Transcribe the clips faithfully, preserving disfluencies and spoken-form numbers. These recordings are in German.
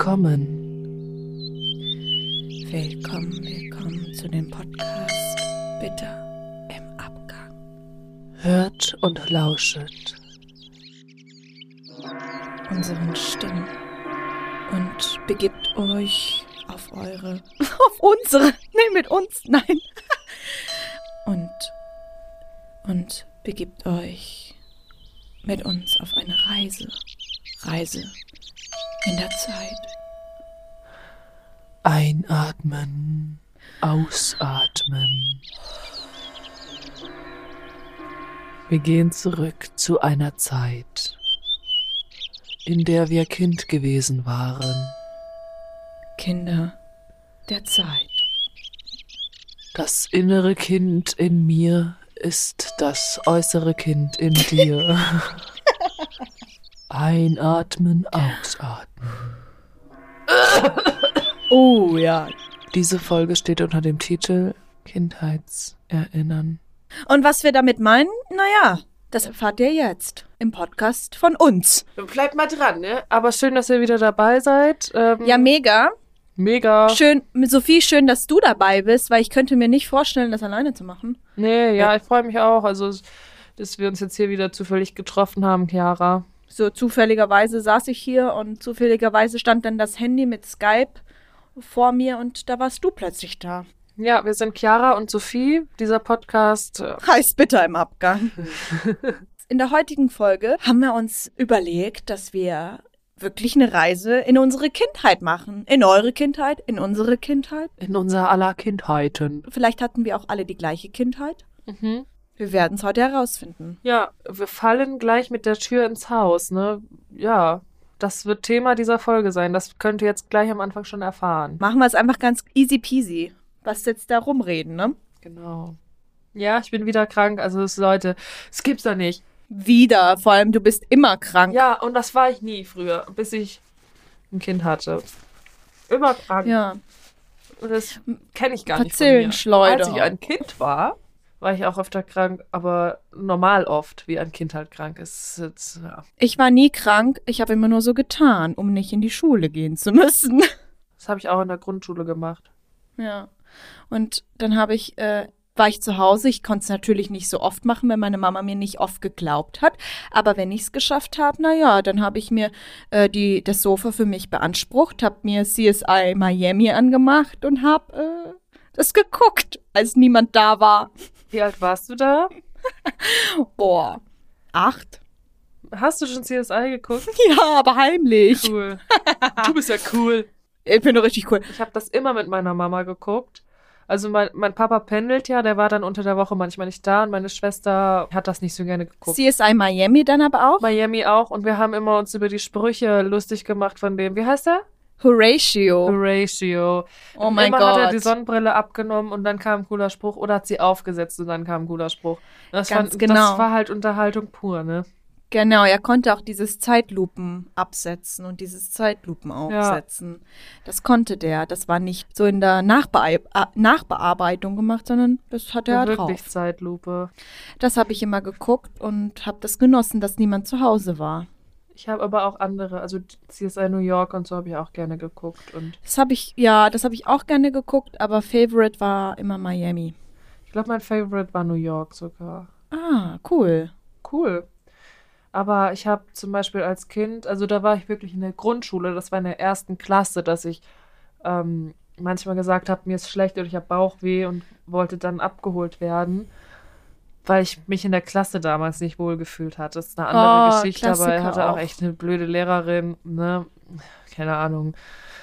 willkommen. Willkommen, willkommen zu dem Podcast Bitter im Abgang. Hört und lauschet Unseren Stimmen und begebt euch auf eure, auf unsere, nee, mit uns, nein. Und, und begebt euch mit uns auf eine Reise, Reise in der Zeit. Einatmen, ausatmen. Wir gehen zurück zu einer Zeit, in der wir Kind gewesen waren. Kinder der Zeit. Das innere Kind in mir ist das äußere Kind in dir. Einatmen, ausatmen. Oh ja. Diese Folge steht unter dem Titel Kindheitserinnern. Und was wir damit meinen, naja, das erfahrt ihr jetzt im Podcast von uns. Bleibt mal dran, ne? Aber schön, dass ihr wieder dabei seid. Ähm, Ja, mega. Mega. Schön, Sophie, schön, dass du dabei bist, weil ich könnte mir nicht vorstellen, das alleine zu machen. Nee, ja, ich freue mich auch. Also, dass wir uns jetzt hier wieder zufällig getroffen haben, Chiara. So zufälligerweise saß ich hier und zufälligerweise stand dann das Handy mit Skype vor mir und da warst du plötzlich da. Ja, wir sind Chiara und Sophie. Dieser Podcast äh, heißt Bitter im Abgang. In der heutigen Folge haben wir uns überlegt, dass wir wirklich eine Reise in unsere Kindheit machen. In eure Kindheit, in unsere Kindheit. in unser aller Kindheiten. Vielleicht hatten wir auch alle die gleiche Kindheit. Mhm. Wir werden es heute herausfinden. Ja, wir fallen gleich mit der Tür ins Haus, ne? Ja, das wird Thema dieser Folge sein. Das könnt ihr jetzt gleich am Anfang schon erfahren. Machen wir es einfach ganz easy peasy. Was jetzt da rumreden, ne? Genau. Ja, ich bin wieder krank. Also, es, Leute, es gibt's da nicht. Wieder. Vor allem, du bist immer krank. Ja, und das war ich nie früher, bis ich ein Kind hatte. Immer krank. Ja. Und das kenne ich gar nicht von Verzählen, mir. Schleuder. Als ich ein Kind war, war ich auch öfter krank, aber normal oft, wie ein Kind halt krank ist. Jetzt, ja. Ich war nie krank. Ich habe immer nur so getan, um nicht in die Schule gehen zu müssen. Das habe ich auch in der Grundschule gemacht. Ja. Und dann habe ich, äh, war ich zu Hause. Ich konnte es natürlich nicht so oft machen, wenn meine Mama mir nicht oft geglaubt hat. Aber wenn ich es geschafft habe, na ja, dann habe ich mir äh, die, das Sofa für mich beansprucht, habe mir C S I Miami angemacht und habe äh, das geguckt, als niemand da war. Wie alt warst du da? Boah, acht? Hast du schon C S I geguckt? Ja, aber heimlich. Cool. Du bist ja cool. Ich bin doch richtig cool. Ich habe das immer mit meiner Mama geguckt. Also mein, mein Papa pendelt ja, der war dann unter der Woche manchmal nicht da und meine Schwester hat das nicht so gerne geguckt. C S I Miami dann aber auch? Miami auch und wir haben immer uns über die Sprüche lustig gemacht von dem, wie heißt der? Horatio. Horatio. Oh mein immer Gott. hat er die Sonnenbrille abgenommen und dann kam ein cooler Spruch oder hat sie aufgesetzt und dann kam ein cooler Spruch. Das, Ganz fand, genau. Das war halt Unterhaltung pur, ne? Genau, er konnte auch dieses Zeitlupen absetzen und dieses Zeitlupen aufsetzen. Das konnte der. Das war nicht so in der Nachbee äh, Nachbearbeitung gemacht, sondern das hatte er Wirklich drauf. Zeitlupe. Das habe ich immer geguckt und habe das genossen, dass niemand zu Hause war. Ich habe aber auch andere, also C S I New York und so habe ich auch gerne geguckt. Und Das habe ich, ja, das habe ich auch gerne geguckt, aber Favorite war immer Miami. ich glaube, mein Favorite war New York sogar. Ah, cool. Cool. Aber ich habe zum Beispiel als Kind, also da war ich wirklich in der Grundschule, das war in der ersten Klasse, dass ich ähm, manchmal gesagt habe, mir ist schlecht oder ich habe Bauchweh und wollte dann abgeholt werden, weil ich mich in der Klasse damals nicht wohl gefühlt hatte. Das ist eine andere Oh, Geschichte, aber er Klassiker hatte auch auch. echt eine blöde Lehrerin, ne? Keine Ahnung.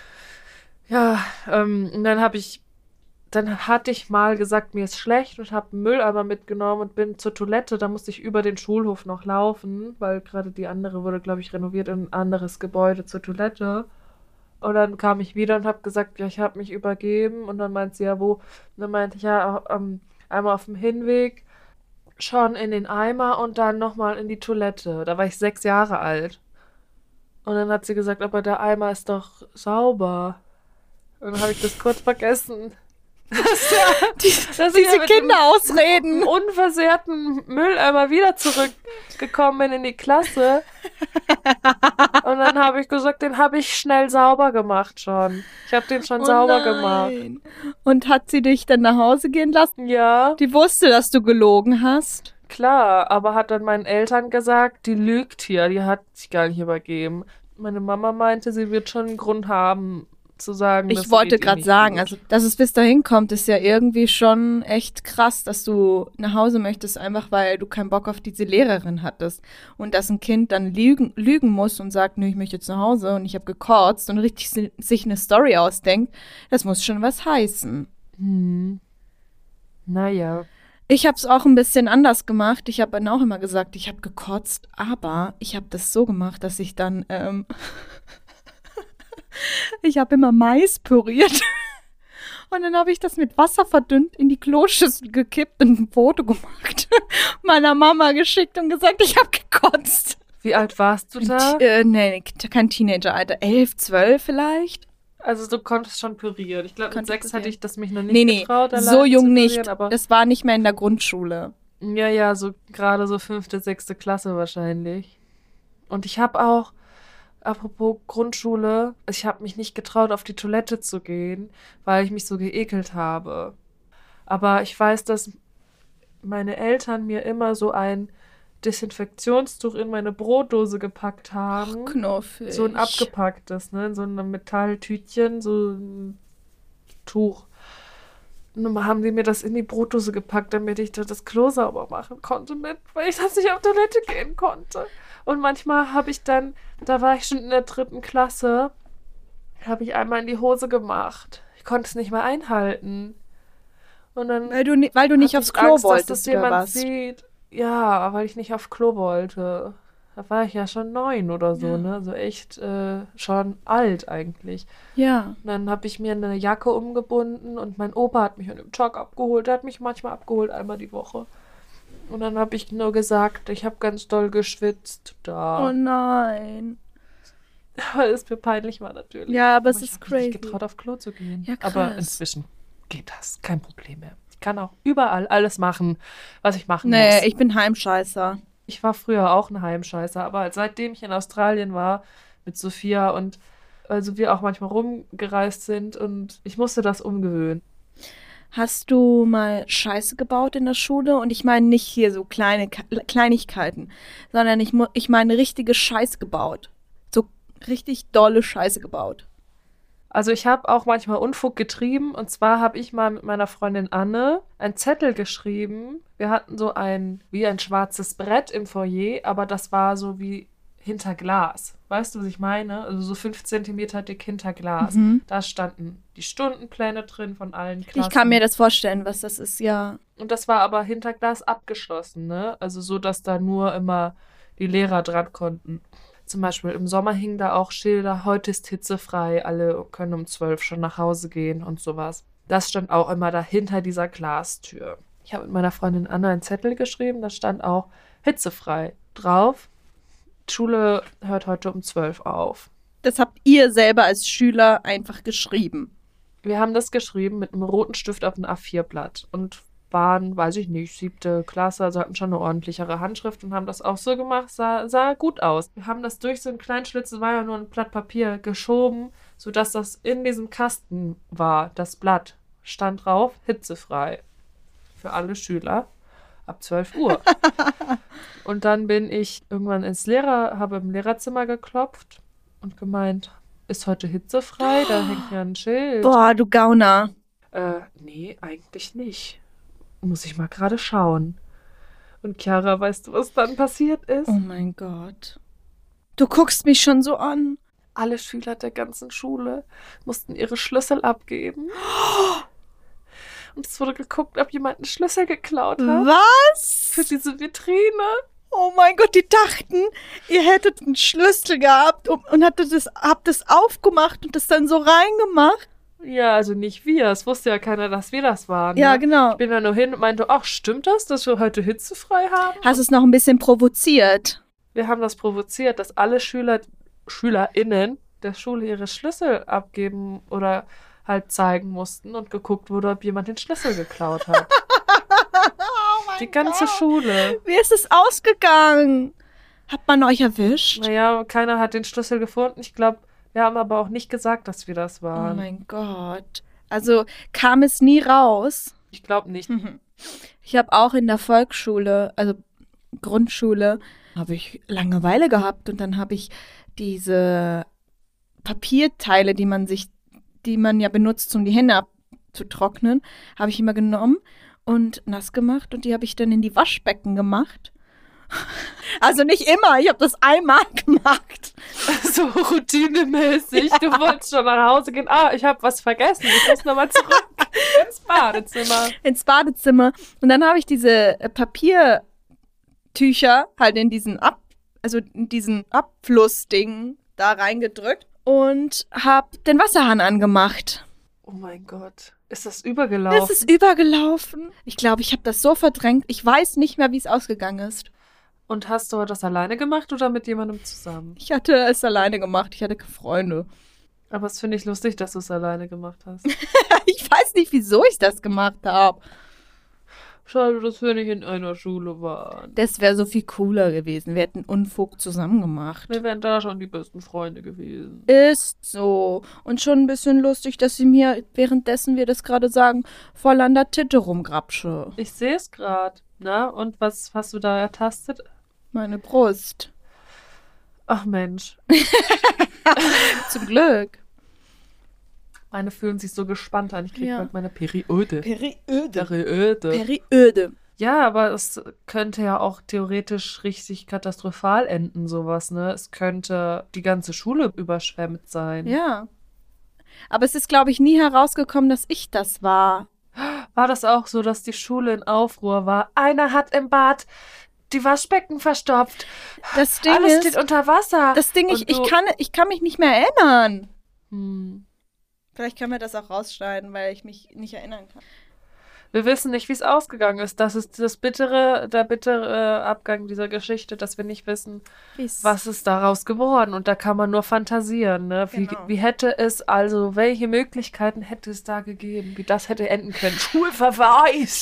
Ja, ähm, und dann habe ich Dann hatte ich mal gesagt, mir ist schlecht und habe einen Mülleimer mitgenommen und bin zur Toilette. Da musste ich über den Schulhof noch laufen, weil gerade die andere wurde, glaube ich, renoviert in ein anderes Gebäude zur Toilette. Und dann kam ich wieder und habe gesagt, ja, ich habe mich übergeben. Und dann meint sie, ja, wo? Und dann meinte ich, ja, ähm, einmal auf dem Hinweg schon in den Eimer und dann nochmal in die Toilette. Da war ich sechs Jahre alt. Und dann hat sie gesagt, aber der Eimer ist doch sauber. Und dann habe ich das kurz vergessen. Die, Dass ich diese ja mit dem Kinderausreden. unversehrten Mülleimer wieder zurückgekommen bin in die Klasse. Und dann habe ich gesagt, den habe ich schnell sauber gemacht schon. Ich habe den schon Oh sauber nein. gemacht. Und hat sie dich dann nach Hause gehen lassen? Ja, Die wusste, dass du gelogen hast. klar, aber hat dann meinen Eltern gesagt, die lügt hier, die hat sich gar nicht übergeben. Meine Mama meinte, sie wird schon einen Grund haben, zu sagen, dass Ich sie wollte geht ihr gerade nicht sagen, gut. also dass es bis dahin kommt, ist ja irgendwie schon echt krass, dass du nach Hause möchtest, einfach weil du keinen Bock auf diese Lehrerin hattest. Und dass ein Kind dann lügen, lügen muss und sagt, nö, ich möchte jetzt nach Hause und ich habe gekotzt und richtig si- sich eine Story ausdenkt, das muss schon was heißen. Hm. Naja. Ich habe es auch ein bisschen anders gemacht. Ich habe dann auch immer gesagt, ich habe gekotzt, aber ich habe das so gemacht, dass ich dann, ähm, ich habe immer Mais püriert. Und dann habe ich das mit Wasser verdünnt in die Kloschüssel gekippt und ein Foto gemacht. Meiner Mama geschickt und gesagt, ich habe gekotzt. Wie alt warst du da? T- äh, nee, kein Teenageralter. Elf, zwölf vielleicht? Also du konntest schon pürieren. Ich glaube, mit Konnte sechs hatte pürieren. ich das mich noch nicht Nee, nee, getraut, allein so zu jung pürieren, nicht. Aber Das war nicht mehr in der Grundschule. ja, ja, so gerade so fünfte, sechste Klasse wahrscheinlich. Und ich habe auch, apropos Grundschule, ich habe mich nicht getraut, auf die Toilette zu gehen, weil ich mich so geekelt habe. Aber ich weiß, dass meine Eltern mir immer so ein Desinfektionstuch in meine Brotdose gepackt haben. Knuffig. So ein abgepacktes, ne? In so einem Metalltütchen, so ein Tuch. Und dann haben die mir das in die Brotdose gepackt, damit ich da das Klo sauber machen konnte mit, weil ich sonst nicht auf Toilette gehen konnte. Und manchmal habe ich dann, da war ich schon in der dritten Klasse, habe ich einmal in die Hose gemacht. Ich konnte es nicht mehr einhalten. Und dann Weil du, ni- weil du nicht hatte aufs ich Klo Angst, dass wolltest, das oder jemand was? sieht. Ja, weil ich nicht auf Klo wollte. Da war ich ja schon neun oder so, Ja. ne? Also echt äh, schon alt eigentlich. Ja. Und dann habe ich mir eine Jacke umgebunden und mein Opa hat mich an dem Tag abgeholt. Der hat mich manchmal abgeholt, einmal die Woche. Und dann habe ich nur gesagt, ich habe ganz doll geschwitzt Oh da. nein. Weil es mir peinlich war natürlich. Ja, aber es ich ist habe mich nicht crazy. getraut, auf Klo zu gehen. Ja, Aber krass. inzwischen geht das. Kein Problem mehr. Ich kann auch überall alles machen, was ich machen Nee, muss. ich bin Heimscheißer. Ich war früher auch ein Heimscheißer, aber seitdem ich in Australien war mit Sophia und also wir auch manchmal rumgereist sind und ich musste das umgewöhnen. Hast du mal Scheiße gebaut in der Schule? Und ich meine nicht hier so kleine Ka- Kleinigkeiten, sondern ich, mu- ich meine richtige Scheiße gebaut. So richtig dolle Scheiße gebaut. Also ich habe auch manchmal Unfug getrieben und zwar habe ich mal mit meiner Freundin Anne einen Zettel geschrieben. Wir hatten so ein, wie ein schwarzes Brett im Foyer, aber das war so wie hinter Glas. Weißt du, was ich meine? Also so fünf Zentimeter dick hinter Glas. Mhm. Da standen die Stundenpläne drin von allen Klassen. Ich kann mir das vorstellen, was das ist, ja. Und das war aber hinter Glas abgeschlossen, ne? Also so, dass da nur immer die Lehrer dran konnten. Zum Beispiel im Sommer hingen da auch Schilder, heute ist hitzefrei, alle können um zwölf schon nach Hause gehen und sowas. Das stand auch immer da hinter dieser Glastür. Ich habe mit meiner Freundin Anna einen Zettel geschrieben, da stand auch hitzefrei drauf. Schule hört heute um zwölf auf. Das habt ihr selber als Schüler einfach geschrieben. Wir haben das geschrieben mit einem roten Stift auf ein A vier Blatt und waren, weiß ich nicht, siebte Klasse, also hatten schon eine ordentlichere Handschrift und haben das auch so gemacht, sah, sah gut aus. Wir haben das durch so einen kleinen Schlitz, das war ja nur ein Blatt Papier, geschoben, sodass das in diesem Kasten war, das Blatt. Stand drauf, hitzefrei. Für alle Schüler ab zwölf Uhr. Und dann bin ich irgendwann ins Lehrer, habe im Lehrerzimmer geklopft und gemeint, ist heute hitzefrei? Da hängt ja ein Schild. Boah, du Gauner. Äh, nee, eigentlich nicht. Muss ich mal gerade schauen. Und Chiara, weißt du, was dann passiert ist? Oh mein Gott. Du guckst mich schon so an. Alle Schüler der ganzen Schule mussten ihre Schlüssel abgeben. Und es wurde geguckt, ob jemand einen Schlüssel geklaut hat Was? für diese Vitrine. Oh mein Gott, die dachten, ihr hättet einen Schlüssel gehabt und, und hattet das, habt das aufgemacht und das dann so reingemacht. Ja, also nicht wir. Es wusste ja keiner, dass wir das waren. Ja, ne? genau. Ich bin da nur hin und meinte, ach, stimmt das, dass wir heute hitzefrei haben? Hast es noch ein bisschen provoziert. Wir haben das provoziert, dass alle Schüler, SchülerInnen der Schule ihre Schlüssel abgeben oder halt zeigen mussten und geguckt wurde, ob jemand den Schlüssel geklaut hat. Oh mein Die ganze Gott. Schule. Wie ist es ausgegangen? Hat man euch erwischt? Naja, keiner hat den Schlüssel gefunden. Ich glaube, wir haben aber auch nicht gesagt, dass wir das Oh waren. mein Gott. Also kam es nie raus? Ich glaube nicht. Mhm. Ich habe auch in der Volksschule, also Grundschule, habe ich Langeweile gehabt und dann habe ich diese Papierteile, die man sich, die man ja benutzt, um die Hände abzutrocknen, habe ich immer genommen und nass gemacht und die habe ich dann in die Waschbecken gemacht. Also nicht immer, ich habe das einmal gemacht. So routinemäßig. Du wolltest schon nach Hause gehen. Ah, ich habe was vergessen. Ich muss nochmal zurück ins Badezimmer. Ins Badezimmer. Und dann habe ich diese äh, Papiertücher halt in diesen Ab, also in diesen Abflussding da reingedrückt und habe den Wasserhahn angemacht. Oh mein Gott. Ist das übergelaufen? Es ist übergelaufen. Ich glaube, ich habe das so verdrängt. Ich weiß nicht mehr, wie es ausgegangen ist. Und hast du das alleine gemacht oder mit jemandem zusammen? Ich hatte es alleine gemacht. Ich hatte keine Freunde. Aber es finde ich lustig, dass du es alleine gemacht hast. Ich weiß nicht, wieso ich das gemacht habe. Schade, dass wir nicht in einer Schule waren. Das wäre so viel cooler gewesen. Wir hätten Unfug zusammen gemacht. Wir wären da schon die besten Freunde gewesen. Ist so. Und schon ein bisschen lustig, dass sie mir, währenddessen wir das gerade sagen, voll an der Titte rumgrapsche. Ich sehe es gerade. Na, und was hast du da ertastet? Meine Brust. Ach Mensch. Zum Glück. Meine fühlen sich so gespannt an. Ich kriege Ja. bald meine Periode. Periöde. Periode. Periöde. Ja, aber es könnte ja auch theoretisch richtig katastrophal enden, sowas, ne? Es könnte die ganze Schule überschwemmt sein. Ja. Aber es ist, glaube ich, nie herausgekommen, dass ich das war. War das auch so, dass die Schule in Aufruhr war? Einer hat im Bad die Waschbecken verstopft. Das Ding Alles ist, steht unter Wasser. das Ding, ich, Und ich, du- kann, ich kann mich nicht mehr erinnern. Hm. Vielleicht können wir das auch rausschneiden, weil ich mich nicht erinnern kann. Wir wissen nicht, wie es ausgegangen ist. Das ist das bittere, der bittere Abgang dieser Geschichte, dass wir nicht wissen, Wie's- was ist daraus geworden. Und da kann man nur fantasieren, ne? Wie, Genau. wie hätte es also, welche Möglichkeiten hätte es da gegeben, wie das hätte enden können? Schulverweis!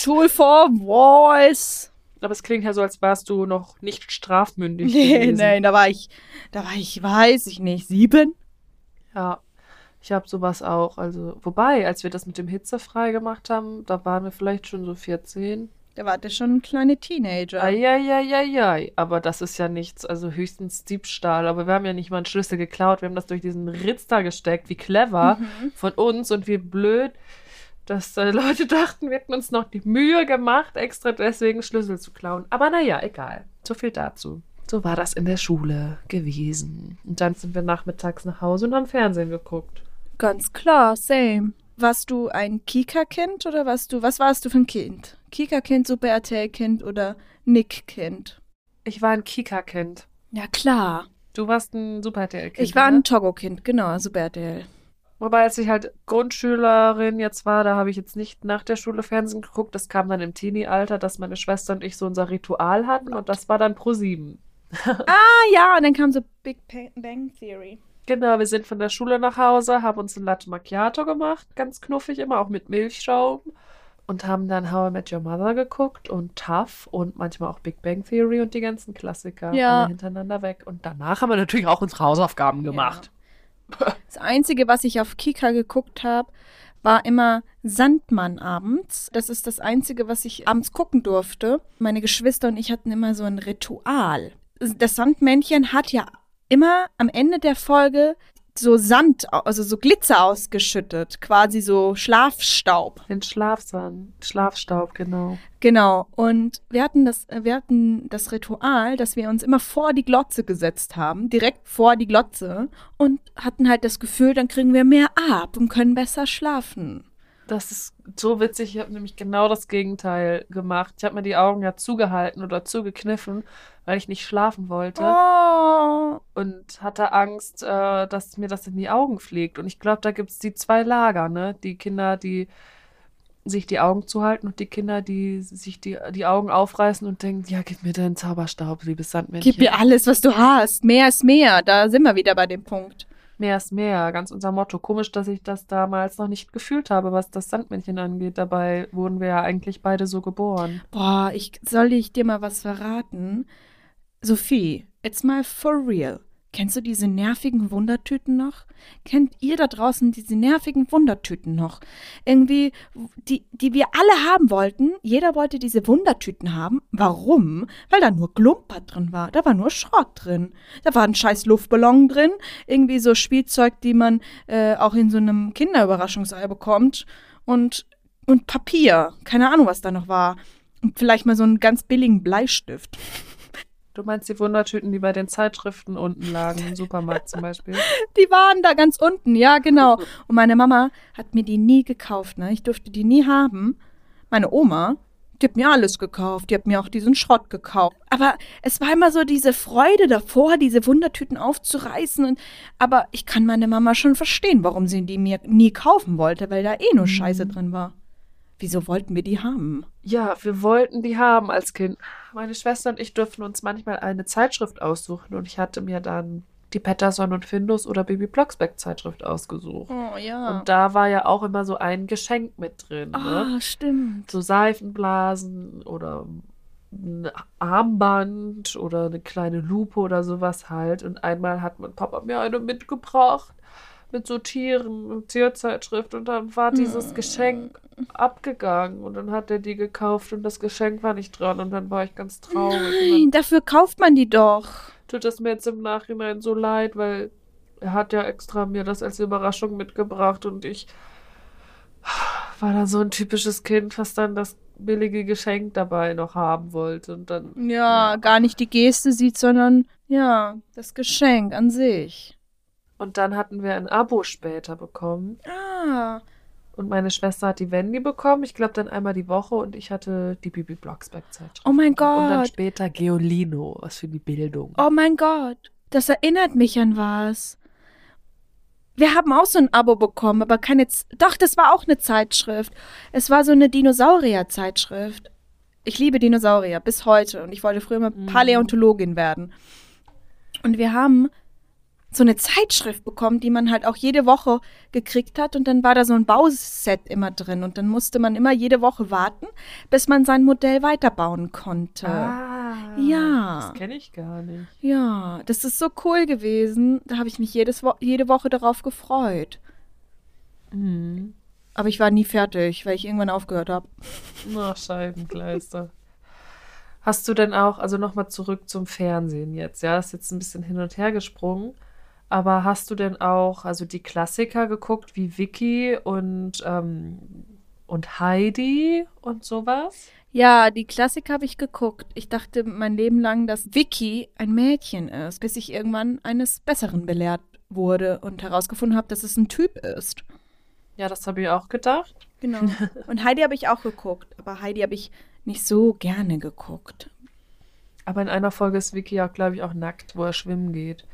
Schulverweis. Aber es klingt ja so, als wärst du noch nicht strafmündig Nee, gewesen. nein, da war ich, da war ich, weiß ich nicht, sieben? Ja, ich habe sowas auch. Also, wobei, als wir das mit dem Hitzefrei gemacht haben, da waren wir vielleicht schon so vierzehn. Da war der schon ein kleiner Teenager. Eieieiei. Aber das ist ja nichts, also höchstens Diebstahl. Aber wir haben ja nicht mal einen Schlüssel geklaut. Wir haben das durch diesen Ritz da gesteckt. Wie clever von uns und wie blöd, dass äh, Leute dachten, wir hätten uns noch die Mühe gemacht, extra deswegen Schlüssel zu klauen. Aber naja, egal. So viel dazu. So war das in der Schule gewesen. Und dann sind wir nachmittags nach Hause und haben Fernsehen geguckt. Ganz klar, same. Warst du ein Kika-Kind oder warst du, was warst du für ein Kind? Kika-Kind, Super R T L-Kind oder Nick-Kind? Ich war ein Kika-Kind. Ja, klar. Du warst ein Super R T L-Kind. Ich war ne? ein Togo-Kind, genau, Super R T L. Wobei, als ich halt Grundschülerin jetzt war, da habe ich jetzt nicht nach der Schule Fernsehen geguckt. Das kam dann im Teenie-Alter, dass meine Schwester und ich so unser Ritual hatten. Und das war dann ProSieben. Ah ja, und dann kam so Big Bang Theory. Genau, wir sind von der Schule nach Hause, haben uns ein Latte Macchiato gemacht, ganz knuffig immer, auch mit Milchschaum. Und haben dann How I Met Your Mother geguckt und Tough und manchmal auch Big Bang Theory und die ganzen Klassiker Ja. alle hintereinander weg. Und danach haben wir natürlich auch unsere Hausaufgaben gemacht. Das Einzige, was ich auf Kika geguckt habe, war immer Sandmann abends. Das ist das Einzige, was ich abends gucken durfte. Meine Geschwister und ich hatten immer so ein Ritual. Das Sandmännchen hat ja immer am Ende der Folge so Sand, also so Glitzer ausgeschüttet, quasi so Schlafstaub. Den Schlafsand, Schlafstaub, genau. Genau. Und wir hatten das, wir hatten das Ritual, dass wir uns immer vor die Glotze gesetzt haben, direkt vor die Glotze und hatten halt das Gefühl, dann kriegen wir mehr ab und können besser schlafen. Das ist so witzig. Ich habe nämlich genau das Gegenteil gemacht. Ich habe mir die Augen ja zugehalten oder zugekniffen, weil ich nicht schlafen wollte. Oh. Und hatte Angst, äh, dass mir das in die Augen fliegt. Und ich glaube, da gibt es die zwei Lager, ne? Die Kinder, die sich die Augen zuhalten und die Kinder, die sich die, die Augen aufreißen und denken, ja, gib mir deinen Zauberstab, liebes Sandmännchen. Gib mir alles, was du hast. Mehr ist mehr. Da sind wir wieder bei dem Punkt. Mehr ist mehr, ganz unser Motto. Komisch, dass ich das damals noch nicht gefühlt habe, was das Sandmännchen angeht. Dabei wurden wir ja eigentlich beide so geboren. Boah, ich soll ich dir mal was verraten? Sophie, it's mal for real. Kennst du diese nervigen Wundertüten noch? Kennt ihr da draußen diese nervigen Wundertüten noch? Irgendwie, die, die wir alle haben wollten. Jeder wollte diese Wundertüten haben. Warum? Weil da nur Glumper drin war. Da war nur Schrott drin. Da war ein scheiß Luftballon drin. Irgendwie so Spielzeug, die man äh, auch in so einem Kinderüberraschungsei bekommt. Und, und Papier. Keine Ahnung, was da noch war. Und vielleicht mal so einen ganz billigen Bleistift. Du meinst die Wundertüten, die bei den Zeitschriften unten lagen, im Supermarkt zum Beispiel? Die waren da ganz unten, ja, genau. Und meine Mama hat mir die nie gekauft, ne? Ich durfte die nie haben. Meine Oma, die hat mir alles gekauft. Die hat mir auch diesen Schrott gekauft. Aber es war immer so diese Freude davor, diese Wundertüten aufzureißen. Und, aber ich kann meine Mama schon verstehen, warum sie die mir nie kaufen wollte, weil da eh nur Scheiße drin war. Wieso wollten wir die haben? Ja, wir wollten die haben als Kind. Meine Schwester und ich durften uns manchmal eine Zeitschrift aussuchen und ich hatte mir dann die Patterson und Findus oder Bibi Blocksberg Zeitschrift ausgesucht. Oh ja. Und da war ja auch immer so ein Geschenk mit drin. Ah, Ne? stimmt. So Seifenblasen oder ein Armband oder eine kleine Lupe oder sowas halt. Und einmal hat mein Papa mir eine mitgebracht mit so Tieren und Tierzeitschrift und dann war dieses Geschenk abgegangen und dann hat er die gekauft und das Geschenk war nicht dran und dann war ich ganz traurig. Nein, dafür kauft man die doch. Tut es mir jetzt im Nachhinein so leid, weil er hat ja extra mir das als Überraschung mitgebracht und ich war da so ein typisches Kind, was dann das billige Geschenk dabei noch haben wollte und dann... Ja, ja, gar nicht die Geste sieht, sondern ja, das Geschenk an sich. Und dann hatten wir ein Abo später bekommen. Ah. Und meine Schwester hat die Wendy bekommen. Ich glaube dann einmal die Woche und ich hatte die Bibi Blocksberg Zeitschrift. Oh mein Gott. Und dann später Geolino, was für die Bildung. Oh mein Gott. Das erinnert mich an was. Wir haben auch so ein Abo bekommen, aber keine... Z- Doch, das war auch eine Zeitschrift. Es war so eine Dinosaurier-Zeitschrift. Ich liebe Dinosaurier bis heute und ich wollte früher mal Mhm. Paläontologin werden. Und wir haben so eine Zeitschrift bekommen, die man halt auch jede Woche gekriegt hat und dann war da so ein Bauset immer drin und dann musste man immer jede Woche warten, bis man sein Modell weiterbauen konnte. Ah, Ja. das kenne ich gar nicht. Ja, das ist so cool gewesen. Da habe ich mich jedes Wo- jede Woche darauf gefreut. Mhm. Aber ich war nie fertig, weil ich irgendwann aufgehört habe. Ach, Scheibenkleister. Hast du denn auch, also nochmal zurück zum Fernsehen jetzt, ja, ist jetzt ein bisschen hin und her gesprungen, aber hast du denn auch, also die Klassiker geguckt, wie Vicky und, ähm, und Heidi und sowas? Ja, die Klassik habe ich geguckt. Ich dachte mein Leben lang, dass Vicky ein Mädchen ist, bis ich irgendwann eines Besseren belehrt wurde und herausgefunden habe, dass es ein Typ ist. Ja, das habe ich auch gedacht. Genau. Und Heidi habe ich auch geguckt, aber Heidi habe ich nicht so gerne geguckt. Aber in einer Folge ist Vicky auch, glaube ich, auch nackt, wo er schwimmen geht.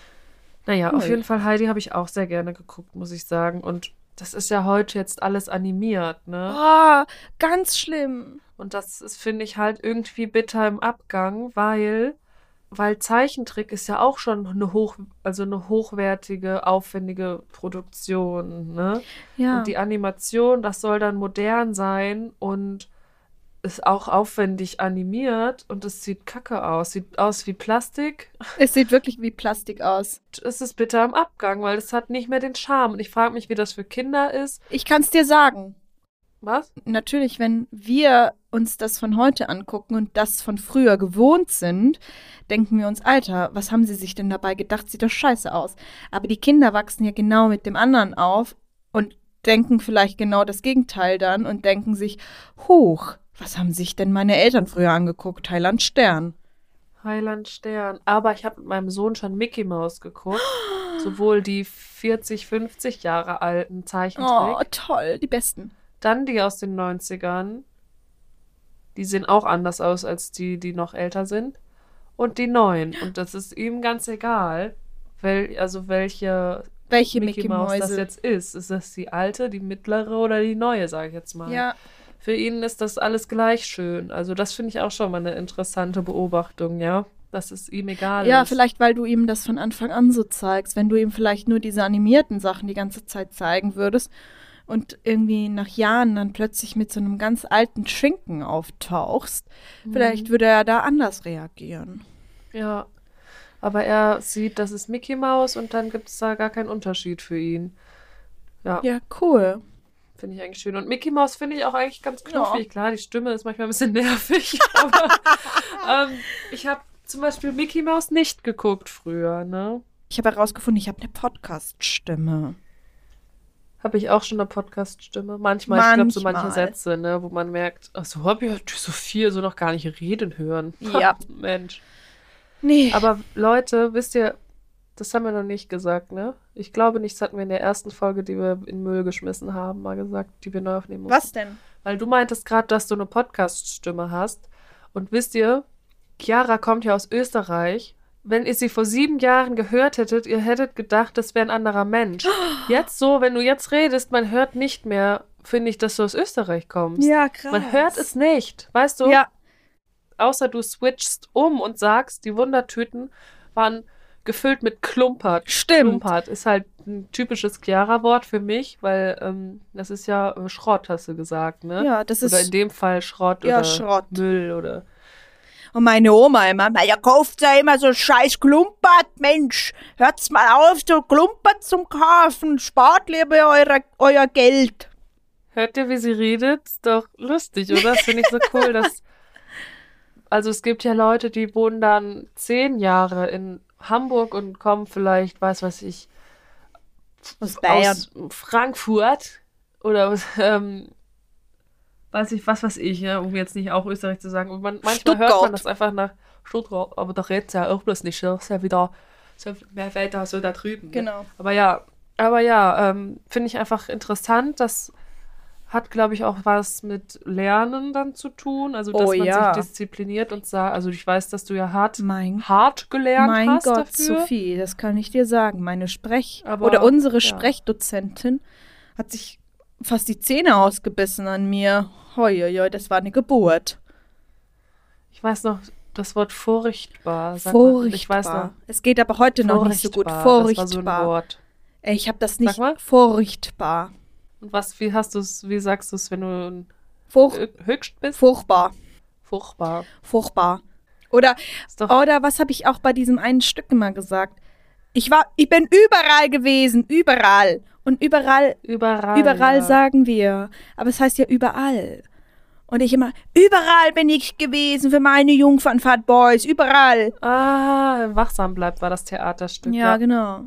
Naja, auf Ui. jeden Fall Heidi habe ich auch sehr gerne geguckt, muss ich sagen. Und das ist ja heute jetzt alles animiert, ne? Oh, ganz schlimm. Und das ist, finde ich, halt irgendwie bitter im Abgang, weil, weil Zeichentrick ist ja auch schon eine hoch, also eine hochwertige, aufwendige Produktion, ne? Ja. Und die Animation, das soll dann modern sein und ist auch aufwendig animiert und es sieht kacke aus. Sieht aus wie Plastik. Es sieht wirklich wie Plastik aus. Es ist bitter im Abgang, weil es hat nicht mehr den Charme. Und ich frage mich, wie das für Kinder ist. Ich kann es dir sagen. Was? Natürlich, wenn wir uns das von heute angucken und das von früher gewohnt sind, denken wir uns, Alter, was haben sie sich denn dabei gedacht? Sieht doch scheiße aus. Aber die Kinder wachsen ja genau mit dem anderen auf und denken vielleicht genau das Gegenteil dann und denken sich, hoch, was haben sich denn meine Eltern früher angeguckt? Heiland Stern. Heiland Stern. Aber ich habe mit meinem Sohn schon Mickey Mouse geguckt. Sowohl die vierzig, fünfzig Jahre alten Zeichentrick, Oh, toll, die besten. dann die aus den neunzigern. Die sehen auch anders aus als die, die noch älter sind. Und die neuen. Und das ist ihm ganz egal, wel, also welche Welche Mickey, Mickey Mouse das Mäuse? jetzt ist. Ist das die alte, die mittlere oder die neue, sage ich jetzt mal. Ja, Für ihn ist das alles gleich schön. Also das finde ich auch schon mal eine interessante Beobachtung, ja. dass es ihm egal Ja, ist. vielleicht, weil du ihm das von Anfang an so zeigst. Wenn du ihm vielleicht nur diese animierten Sachen die ganze Zeit zeigen würdest und irgendwie nach Jahren dann plötzlich mit so einem ganz alten Schinken auftauchst, Mhm. vielleicht würde er da anders reagieren. Ja, aber er sieht, das ist Mickey Mouse und dann gibt es da gar keinen Unterschied für ihn. Ja, Ja, cool. finde ich eigentlich schön. Und Mickey Mouse finde ich auch eigentlich ganz Ja. knuffig. Klar, die Stimme ist manchmal ein bisschen nervig, aber ähm, ich habe zum Beispiel Mickey Mouse nicht geguckt früher, ne? Ich habe herausgefunden, ich habe eine Podcast-Stimme. Habe ich auch schon eine Podcast-Stimme? Manchmal, ich glaube, so manche Manchmal. Sätze, ne, wo man merkt, ach so, habe ich so viel so noch gar nicht reden hören. Ja. Mensch. Nee. Aber Leute, wisst ihr, das haben wir noch nicht gesagt, ne? Ich glaube nicht, das hatten wir in der ersten Folge, die wir in Müll geschmissen haben, mal gesagt, die wir neu aufnehmen mussten. Was denn? Weil du meintest gerade, dass du eine Podcast-Stimme hast. Und wisst ihr, Chiara kommt ja aus Österreich. Wenn ihr sie vor sieben Jahren gehört hättet, ihr hättet gedacht, das wäre ein anderer Mensch. Jetzt so, wenn du jetzt redest, man hört nicht mehr, finde ich, dass du aus Österreich kommst. Ja, krass. Man hört es nicht, weißt du? Ja, Außer du switchst um und sagst, die Wundertüten waren gefüllt mit Klumpert. stimmt. Klumpert ist halt ein typisches Chiara-Wort für mich, weil ähm, das ist ja äh, Schrott, hast du gesagt, ne? Ja, das Oder in ist. dem Fall Schrott Ja, oder Schrott. Müll oder. Und meine Oma immer, ja, kauft ja immer so scheiß Klumpert, Mensch. Hört's mal auf, so Klumpert zum kaufen. Spart lieber eure, euer Geld. Hört ihr, wie sie redet? Ist doch lustig, oder? Das finde ich so cool, dass. Also es gibt ja Leute, die wohnen dann zehn Jahre in Hamburg und kommen vielleicht, weiß was ich, Aus Bayern. aus Frankfurt oder aus, ähm, weiß ich, was weiß ich, ja, um jetzt nicht auch Österreich zu sagen. Und man, manchmal hört Stuttgart. man das einfach nach Stuttgart, aber da redet ja auch bloß nicht, das ist ja wieder so mehr weiter so da drüben. Ne? Genau. Aber ja, aber ja, ähm, finde ich einfach interessant, das hat, glaube ich, auch was mit Lernen dann zu tun, also dass Oh man ja. sich diszipliniert und sagt, also ich weiß, dass du ja hart, Mein, hart gelernt mein hast Gott, dafür. Sophie, das kann ich dir sagen. Meine Sprech- Aber, oder unsere ja. Sprechdozentin hat sich fast die Zähne ausgebissen an mir. Hoi, hoi, hoi, das war eine Geburt. Ich weiß noch, das Wort furchtbar. Sag mal. Furchtbar. Ich weiß noch. Es geht aber heute noch nicht so gut. Furchtbar, das war so ein Furchtbar. Wort. Ey, ich habe das Sag nicht. mal. Furchtbar. Und was, wie hast du es, wie sagst du es, wenn du Furch hö- höchst bist? furchtbar. Furchtbar. Furchtbar. Oder, Ist doch, oder was habe ich auch bei diesem einen Stück immer gesagt? Ich war, ich bin überall gewesen, überall. Und überall, überall. überall ja. sagen wir. Aber es heißt ja überall. Und ich immer, überall bin ich gewesen für meine Jungfernfahrt Boys, überall. Ah, wachsam bleibt war das Theaterstück. Ja, genau.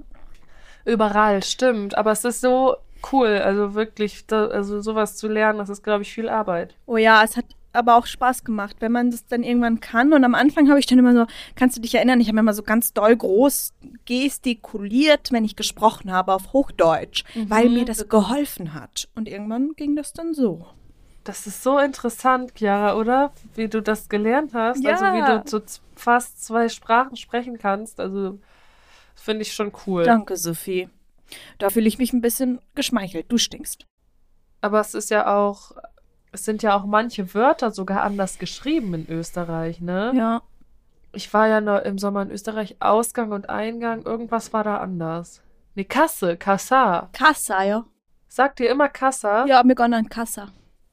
Überall, stimmt. Aber es ist so cool, also wirklich, da, also sowas zu lernen, das ist, glaube ich, viel Arbeit. Oh ja, es hat aber auch Spaß gemacht, wenn man das dann irgendwann kann. Und am Anfang habe ich dann immer so, kannst du dich erinnern, ich habe immer so ganz doll groß gestikuliert, wenn ich gesprochen habe auf Hochdeutsch, weil mir das geholfen hat. Und irgendwann ging das dann so. Das ist so interessant, Chiara, oder? Wie du das gelernt hast. Ja. Also wie du so z- fast zwei Sprachen sprechen kannst. Also finde ich schon cool. Danke, Sophie. Da fühle ich mich ein bisschen geschmeichelt. Du stinkst. Aber es ist ja auch, es sind ja auch manche Wörter sogar anders geschrieben in Österreich, ne? Ja. Ich war ja noch im Sommer in Österreich, Ausgang und Eingang, irgendwas war da anders. Ne, Kasse, Kassa. Kassa, ja. Sagt ihr immer Kassa? Ja, wir gehen an Kassa.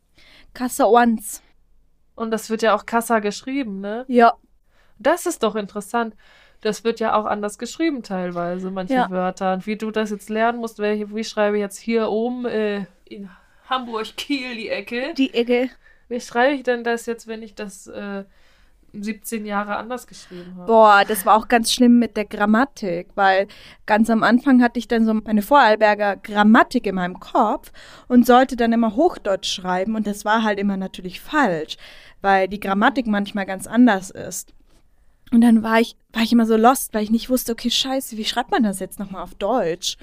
Kassa once. Und das wird ja auch Kassa geschrieben, ne? Ja. Das ist doch interessant. Das wird ja auch anders geschrieben teilweise, manche Ja. Wörter. Und wie du das jetzt lernen musst, welche, wie schreibe ich jetzt hier oben äh, in Hamburg, Kiel, die Ecke. Die Ecke. Wie schreibe ich denn das jetzt, wenn ich das äh, siebzehn Jahre anders geschrieben habe? Boah, das war auch ganz schlimm mit der Grammatik, weil ganz am Anfang hatte ich dann so meine Vorarlberger Grammatik in meinem Kopf und sollte dann immer Hochdeutsch schreiben und das war halt immer natürlich falsch, weil die Grammatik manchmal ganz anders ist. Und dann war ich, war ich immer so lost, weil ich nicht wusste, okay, scheiße, wie schreibt man das jetzt nochmal auf Deutsch?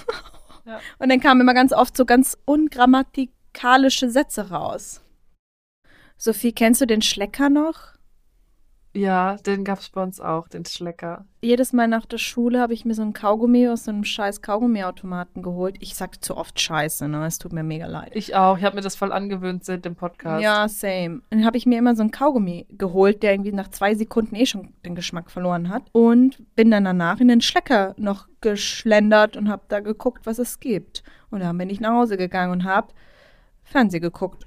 Ja. Und dann kamen immer ganz oft so ganz ungrammatikalische Sätze raus. Sophie, kennst du den Schlecker noch? Ja, den gab's bei uns auch, den Schlecker. Jedes Mal nach der Schule habe ich mir so ein Kaugummi aus so einem scheiß Kaugummiautomaten geholt. Ich sag zu oft Scheiße, ne? Es tut mir mega leid. Ich auch. Ich habe mir das voll angewöhnt seit dem Podcast. Ja, same. Dann habe ich mir immer so ein Kaugummi geholt, der irgendwie nach zwei Sekunden eh schon den Geschmack verloren hat. Und bin dann danach in den Schlecker noch geschlendert und habe da geguckt, was es gibt. Und dann bin ich nach Hause gegangen und habe Fernsehen geguckt.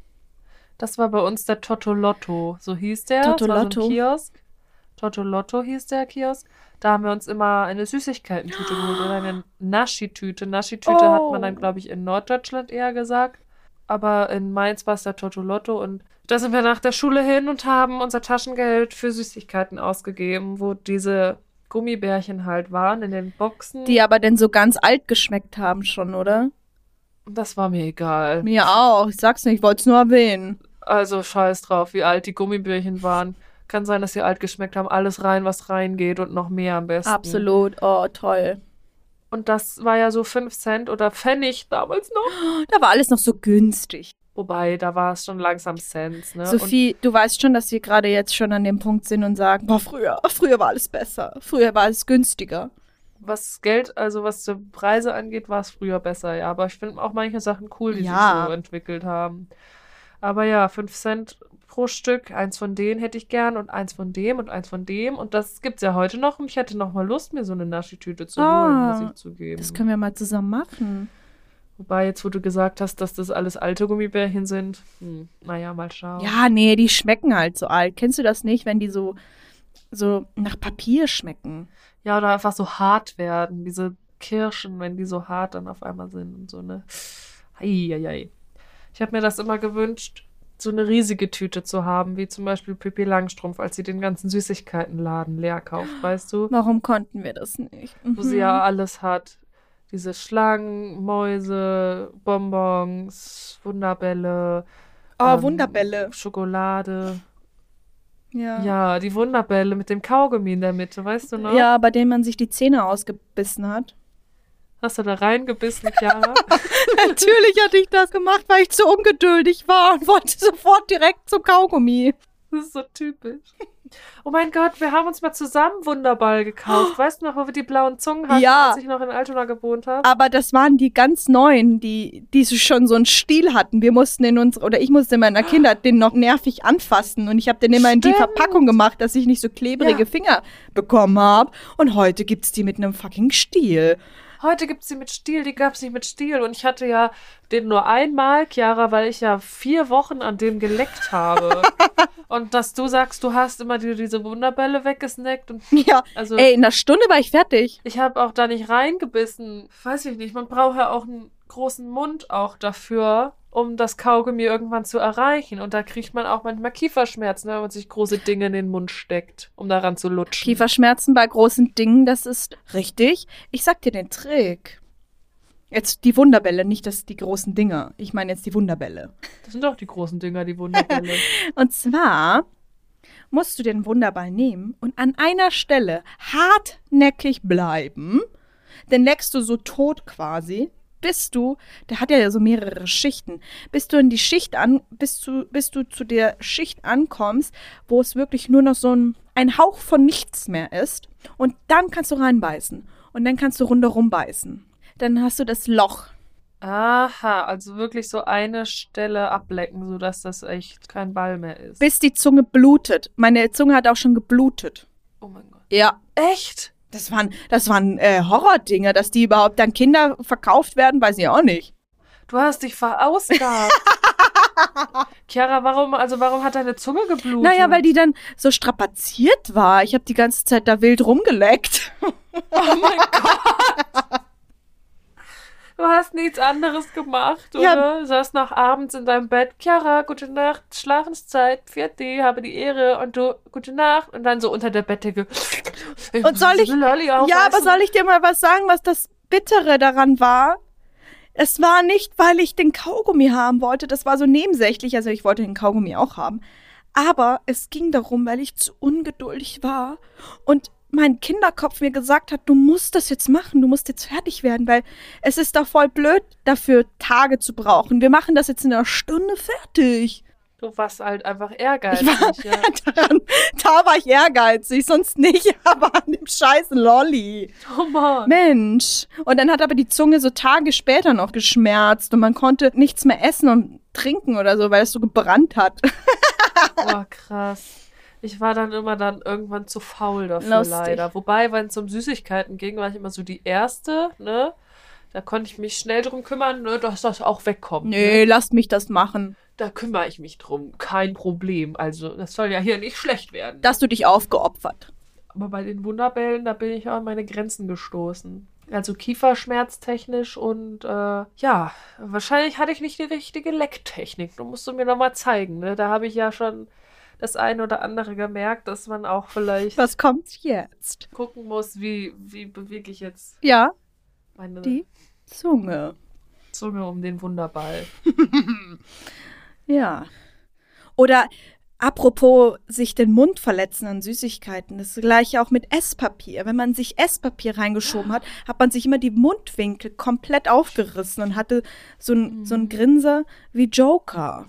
Das war bei uns der Totolotto, so hieß der. Das war so Totolotto? ein Kiosk. Totolotto hieß der Kiosk. Da haben wir uns immer eine Süßigkeitentüte geholt oder eine Naschi-Tüte. Naschi-Tüte Oh. hat man dann, glaube ich, in Norddeutschland eher gesagt. Aber in Mainz war es der Totolotto. Und da sind wir nach der Schule hin und haben unser Taschengeld für Süßigkeiten ausgegeben, wo diese Gummibärchen halt waren in den Boxen. Die aber denn so ganz alt geschmeckt haben schon, oder? Das war mir egal. Mir auch. Ich sag's nicht, ich wollte es nur erwähnen. Also scheiß drauf, wie alt die Gummibärchen waren. Kann sein, dass sie alt geschmeckt haben. Alles rein, was reingeht und noch mehr am besten. Absolut. Oh, toll. Und das war ja so fünf Cent oder Pfennig damals noch. Da war alles noch so günstig. Wobei, da war es schon langsam Cents, ne? Sophie, du weißt schon, dass wir gerade jetzt schon an dem Punkt sind und sagen, boah, früher, früher war alles besser. Früher war es günstiger. Und was Geld, also was die Preise angeht, war es früher besser, ja. Aber ich finde auch manche Sachen cool, die Ja. sich so entwickelt haben. Aber ja, fünf Cent pro Stück, eins von denen hätte ich gern und eins von dem und eins von dem. Und das gibt's ja heute noch und ich hätte noch mal Lust, mir so eine Naschi-Tüte zu Ah, holen, muss ich zugeben. Das können wir mal zusammen machen. Wobei, jetzt wo du gesagt hast, dass das alles alte Gummibärchen sind, hm, naja, mal schauen. Ja, nee, die schmecken halt so alt. Kennst du das nicht, wenn die so, so nach Papier schmecken? Ja, oder einfach so hart werden, diese Kirschen, wenn die so hart dann auf einmal sind und so, ne? Eieiei. Ich habe mir das immer gewünscht, so eine riesige Tüte zu haben, wie zum Beispiel Pippi Langstrumpf, als sie den ganzen Süßigkeitenladen leer kauft, weißt du? Warum konnten wir das nicht? Wo sie ja alles hat. Diese Schlangen, Mäuse, Bonbons, Wunderbälle. Oh, ähm, Wunderbälle. Schokolade. Ja. Ja, die Wunderbälle mit dem Kaugummi in der Mitte, weißt du noch? Ja, bei denen man sich die Zähne ausgebissen hat. Hast du da reingebissen, Chiara? Natürlich hatte ich das gemacht, weil ich zu ungeduldig war und wollte sofort direkt zum Kaugummi. Das ist so typisch. Oh mein Gott, wir haben uns mal zusammen Wunderball gekauft. Weißt du noch, wo wir die blauen Zungen hatten, Ja. als ich noch in Altona gewohnt habe? Aber das waren die ganz neuen, die, die schon so einen Stil hatten. Wir mussten in uns, oder ich musste in meiner Kindheit den noch nervig anfassen und ich habe den immer in die Stimmt. Verpackung gemacht, dass ich nicht so klebrige Ja. Finger bekommen habe. Und heute gibt's die mit einem fucking Stiel. Heute gibt's die mit Stiel, die gab's nicht mit Stiel. Und ich hatte ja den nur einmal, Chiara, weil ich ja vier Wochen an dem geleckt habe. Und dass du sagst, du hast immer die, diese Wunderbälle weggesnackt. Und Ja, also ey, in einer Stunde war ich fertig. ich habe auch da nicht reingebissen. Weiß ich nicht, man braucht ja auch einen großen Mund auch dafür, um das Kaugummi irgendwann zu erreichen. Und da kriegt man auch manchmal Kieferschmerzen, wenn man sich große Dinge in den Mund steckt, um daran zu lutschen. Kieferschmerzen bei großen Dingen, das ist richtig. Ich sag dir den Trick. Jetzt die Wunderbälle, nicht das, die großen Dinger. Ich meine jetzt die Wunderbälle. Das sind doch die großen Dinger, die Wunderbälle. Und zwar musst du den Wunderball nehmen und an einer Stelle hartnäckig bleiben. Den leckst du so tot quasi, bis du, der hat ja so mehrere Schichten, bis du in die Schicht an, bis du, bis du zu der Schicht ankommst, wo es wirklich nur noch so ein, ein Hauch von nichts mehr ist. Und dann kannst du reinbeißen. Und dann kannst du rundherum beißen. Dann hast du das Loch. Aha, also wirklich so eine Stelle ablecken, sodass das echt kein Ball mehr ist. Bis die Zunge blutet. Meine Zunge hat auch schon geblutet. Oh mein Gott. Ja. Echt? Das waren, das waren äh, Horrordinger, dass die überhaupt an Kinder verkauft werden, weiß ich auch nicht. Du hast dich verausgabt. Chiara, warum, also warum hat deine Zunge geblutet? Naja, weil die dann so strapaziert war. Ich habe die ganze Zeit da wild rumgeleckt. Oh mein Gott. Du hast nichts anderes gemacht, oder? Ja. Du saßt noch abends in deinem Bett. Chiara, gute Nacht, Schlafenszeit, Pfiat, habe die Ehre. Und du, gute Nacht. Und dann so unter der Bettdecke. Und soll ich, ja, aber soll ich dir mal was sagen, was das Bittere daran war? Es war nicht, weil ich den Kaugummi haben wollte. Das war so nebensächlich. Also ich wollte den Kaugummi auch haben. Aber es ging darum, weil ich zu ungeduldig war und mein Kinderkopf mir gesagt hat, du musst das jetzt machen, du musst jetzt fertig werden, weil es ist doch voll blöd, dafür Tage zu brauchen. Wir machen das jetzt in einer Stunde fertig. Du warst halt einfach Ich ehrgeizig, war ja. daran, da war ich ehrgeizig, sonst nicht, aber an dem scheiß Lolli. Oh Mann. Mensch. Und dann hat aber die Zunge so Tage später noch geschmerzt und man konnte nichts mehr essen und trinken oder so, weil es so gebrannt hat. Oh, krass. Ich war dann immer dann irgendwann zu faul dafür, Lustig. leider. Wobei, wenn es um Süßigkeiten ging, war ich immer so die Erste, ne? Da konnte ich mich schnell drum kümmern, ne, dass das auch wegkommt. Nee, Ne? lasst mich das machen. Da kümmere ich mich drum. Kein Problem. Also, das soll ja hier nicht schlecht werden. Da hast du dich aufgeopfert. Aber bei den Wunderbällen, da bin ich auch an meine Grenzen gestoßen. Also kieferschmerztechnisch und äh, ja, wahrscheinlich hatte ich nicht die richtige Lecktechnik. Du musst du mir nochmal zeigen, ne? Da habe ich ja schon das eine oder andere gemerkt, dass man auch vielleicht Was kommt jetzt? gucken muss, wie, wie bewege ich jetzt Ja, meine die Zunge. Zunge um den Wunderball. Ja. Oder apropos sich den Mund verletzen an Süßigkeiten, das gleiche auch mit Esspapier. Wenn man sich Esspapier reingeschoben hat, hat man sich immer die Mundwinkel komplett aufgerissen und hatte so ein, so ein Grinser wie Joker.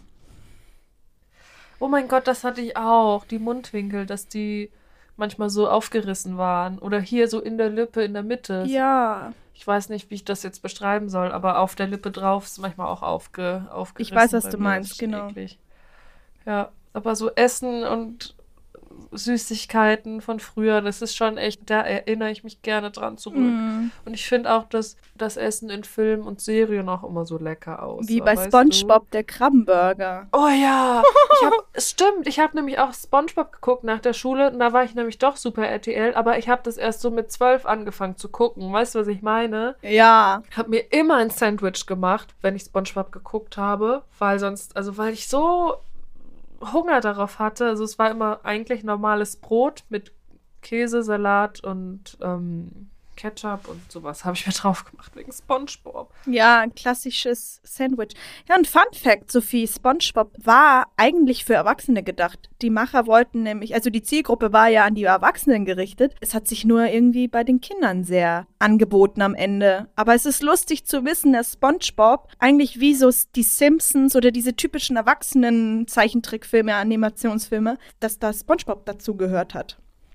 Oh mein Gott, das hatte ich auch. Die Mundwinkel, dass die manchmal so aufgerissen waren. Oder hier so in der Lippe, in der Mitte. Ja. Ich weiß nicht, wie ich das jetzt beschreiben soll, aber auf der Lippe drauf ist manchmal auch aufge, aufgerissen. Ich weiß, was bei du mir. meinst, Das ist genau. eklig. Ja, aber so Essen und Süßigkeiten von früher, das ist schon echt, da erinnere ich mich gerne dran zurück. Mm. Und ich finde auch, dass das Essen in Filmen und Serien auch immer so lecker aussah. Wie bei weißt SpongeBob, der Krabbenburger. Du? Oh ja, ich hab, es stimmt, ich habe nämlich auch SpongeBob geguckt nach der Schule und da war ich nämlich doch Super R T L, aber ich habe das erst so mit zwölf angefangen zu gucken. Weißt du, was ich meine? Ja. Ich habe mir immer ein Sandwich gemacht, wenn ich SpongeBob geguckt habe, weil sonst, also weil ich so Hunger darauf hatte. Also es war immer eigentlich normales Brot mit Käse, Salat und ähm, Ketchup und sowas habe ich mir drauf gemacht wegen SpongeBob. Ja, ein klassisches Sandwich. Ja, und Fun Fact, Sophie, SpongeBob war eigentlich für Erwachsene gedacht. Die Macher wollten nämlich, also die Zielgruppe war ja an die Erwachsenen gerichtet. Es hat sich nur irgendwie bei den Kindern sehr angeboten am Ende. Aber es ist lustig zu wissen, dass SpongeBob eigentlich wie so die Simpsons oder diese typischen Erwachsenen-Zeichentrickfilme, Animationsfilme, dass da SpongeBob dazu gehört hat.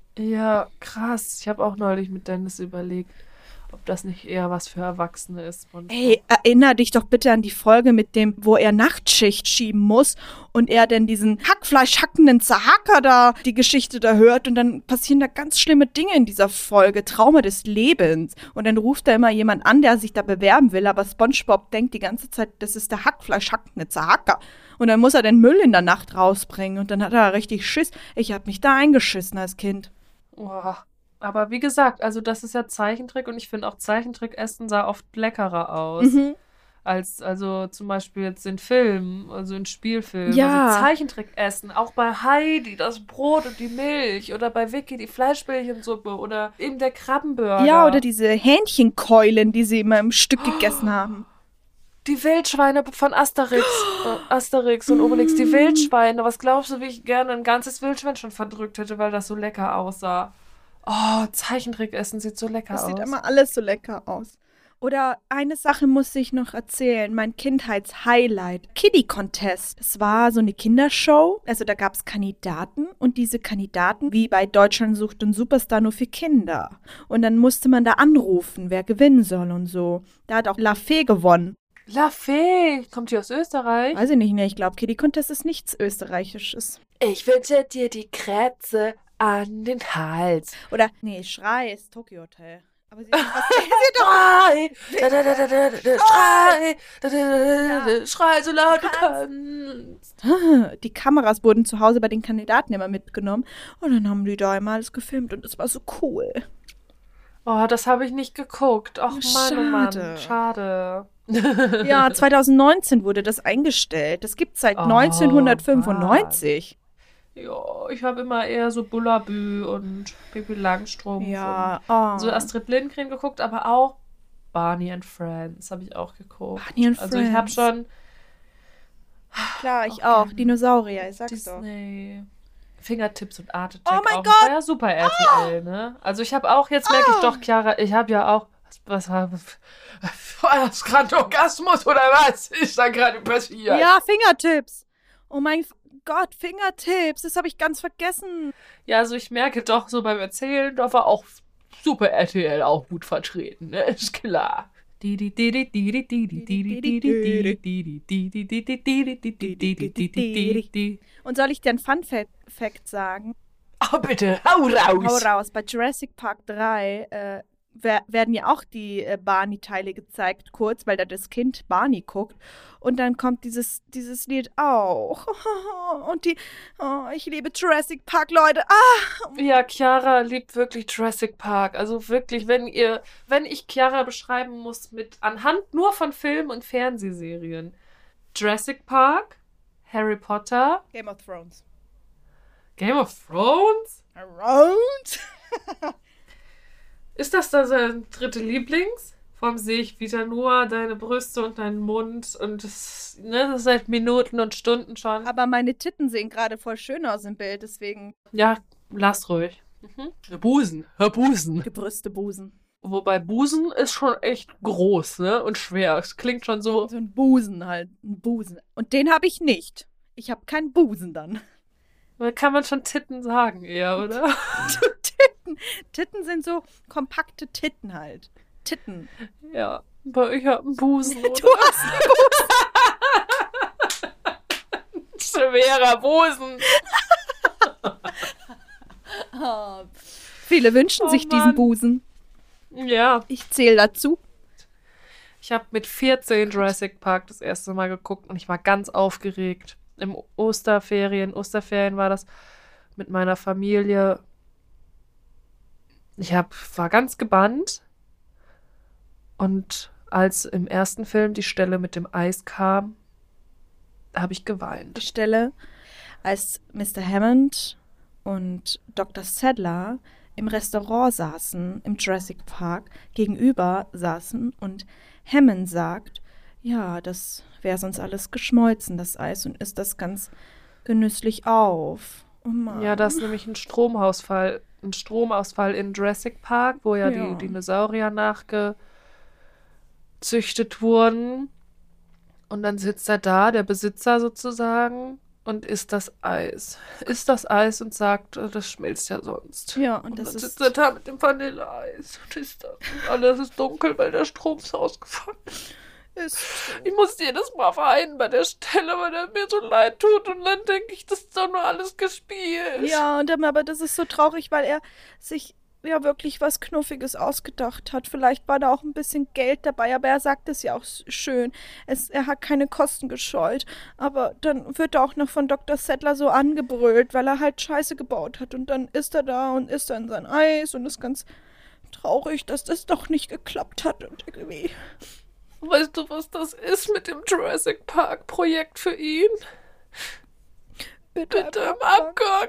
Ja, krass. Ich habe auch neulich mit Dennis überlegt, ob das nicht eher was für Erwachsene ist. SpongeBob. Ey, erinner dich doch bitte an die Folge mit dem, wo er Nachtschicht schieben muss und er denn diesen Hackfleisch-hackenden Zahacker da, die Geschichte da hört und dann passieren da ganz schlimme Dinge in dieser Folge, Trauma des Lebens. Und dann ruft da immer jemand an, der sich da bewerben will, aber SpongeBob denkt die ganze Zeit, das ist der Hackfleisch-hackende Zahacker. Und dann muss er den Müll in der Nacht rausbringen und dann hat er richtig Schiss. Ich hab mich da eingeschissen als Kind. Boah. Aber wie gesagt, also das ist ja Zeichentrick und ich finde auch Zeichentrickessen sah oft leckerer aus. Mhm. Als, also zum Beispiel jetzt in Filmen, also in Spielfilmen. Ja. Also Zeichentrickessen, auch bei Heidi das Brot und die Milch oder bei Vicky die Fleischbällchensuppe oder eben der Krabbenburger. Ja, oder diese Hähnchenkeulen, die sie immer im Stück gegessen haben. Die Wildschweine von Asterix, äh, Asterix und Obelix, die Wildschweine. Was glaubst du, wie ich gerne ein ganzes Wildschwein schon verdrückt hätte, weil das so lecker aussah? Oh, Zeichentrickessen sieht so lecker Das aus. sieht immer alles so lecker aus. Oder eine Sache muss ich noch erzählen, mein Kindheitshighlight, Kiddie Contest. Das war so eine Kindershow, also da gab es Kandidaten und diese Kandidaten, wie bei Deutschland sucht den Superstar, nur für Kinder. Und dann musste man da anrufen, wer gewinnen soll und so. Da hat auch La Fee gewonnen. La Fee, kommt die aus Österreich? Weiß ich nicht, ne, ich glaube, Kiddie Contest ist nichts Österreichisches. Ich wünsche dir die Krätze an den Hals. Oder, nee, Schrei ist Tokyo Hotel. Aber sie, was, sie doch. Schrei, da, da, da, da, da, da, schrei, da, da, da, da, schrei so laut du kannst. Die Kameras wurden zu Hause bei den Kandidaten immer mitgenommen und dann haben die da immer alles gefilmt und es war so cool. Oh, das habe ich nicht geguckt. Och Mann, oh Mann, Schade. schade. Ja, zwanzig neunzehn wurde das eingestellt. Das gibt's seit Oh, neunzehnhundertfünfundneunzig. Ja, ich habe immer eher so Bullabü und Pippi Langstrumpf Ja, und oh. so Astrid Lindgren geguckt, aber auch Barney and Friends habe ich auch geguckt. Barney and Also ich habe Friends. schon Klar, ich auch auch. gerne. Dinosaurier, ich sag's doch. Disney. Fingertips und Art Attack Oh mein auch. Gott! Das war ja super R T L, ne? Also ich habe auch, jetzt merke ich doch, Chiara, ich habe ja auch, was war, war das gerade Orgasmus oder was ist da gerade passiert? Ja, Fingertips. Oh mein, Gott, Fingertips, das habe ich ganz vergessen. Ja, also ich merke doch so beim Erzählen, da war auch Super R T L auch gut vertreten, ne? Ist klar. Und soll ich dir einen Fun-Fact sagen? Oh, bitte, hau raus! Hau raus. Bei Jurassic Park drei äh, wer- werden ja auch die äh, Barney-Teile gezeigt, kurz, weil da das Kind Barney guckt. Und dann kommt dieses, dieses Lied auch. Und die, oh, ich liebe Jurassic Park, Leute. Ah! Ja, Chiara liebt wirklich Jurassic Park. Also wirklich, wenn ihr, wenn ich Chiara beschreiben muss mit anhand nur von Filmen und Fernsehserien. Jurassic Park, Harry Potter, Game of Thrones. Game of Thrones? Around? Ist das da sein dritte Lieblings? Vor allem sehe ich wieder nur deine Brüste und deinen Mund und das, ne, das seit Minuten und Stunden schon. Aber meine Titten sehen gerade voll schön aus im Bild, deswegen Ja, lass ruhig. Mhm. Busen, Herr Busen. Gebrüste, Busen. Wobei Busen ist schon echt groß, ne, und schwer. Es klingt schon so. So ein Busen halt, ein Busen. Und den habe ich nicht. Ich habe keinen Busen dann. Da kann man schon Titten sagen eher, oder? Titten. Titten sind so kompakte Titten halt. Titten. Ja, aber ich habe einen Busen, oder? Du hast einen Schwerer Busen. Oh. Viele wünschen Oh, sich Mann. diesen Busen. Ja, Ich zähle dazu. ich habe mit vierzehn Jurassic Park das erste Mal geguckt und ich war ganz aufgeregt. Im Osterferien, Osterferien war das mit meiner Familie. Ich hab, war ganz gebannt. Und als im ersten Film die Stelle mit dem Eis kam, habe ich Die geweint. Stelle, als Mister Hammond und Doktor Sadler im Restaurant saßen, im Jurassic Park, gegenüber saßen und Hammond sagt, ja, das wäre sonst alles geschmolzen, das Eis, und isst das ganz genüsslich auf. Oh Mann. Ja, das ist nämlich ein Stromausfall, ein Stromausfall in Jurassic Park, wo ja, Ja. die Dinosaurier nachgezüchtet wurden. Und dann sitzt er da, der Besitzer sozusagen, und isst das Eis. Isst das Eis und sagt, äh, das schmilzt ja sonst. Ja, und Und das dann ist sitzt er da mit dem Vanilleeis und isst das. Und alles ist dunkel, weil der Strom ist ausgefallen. ist Ich muss jedes Mal weinen bei der Stelle, weil er mir so leid tut. Und dann denke ich, das ist doch nur alles gespielt. ja, und dann, aber das ist so traurig, weil er sich ja wirklich was Knuffiges ausgedacht hat. Vielleicht war da auch ein bisschen Geld dabei, aber er sagt es ja auch s- schön. Es, er hat keine Kosten gescheut. Aber dann wird er auch noch von Doktor Sadler so angebrüllt, weil er halt Scheiße gebaut hat. Und dann ist er da und isst dann sein Eis und ist ganz traurig, dass das doch nicht geklappt hat. Und irgendwie. Weißt du, was das ist mit dem Jurassic Park Projekt für ihn? Bitte, Bitte im Abgang.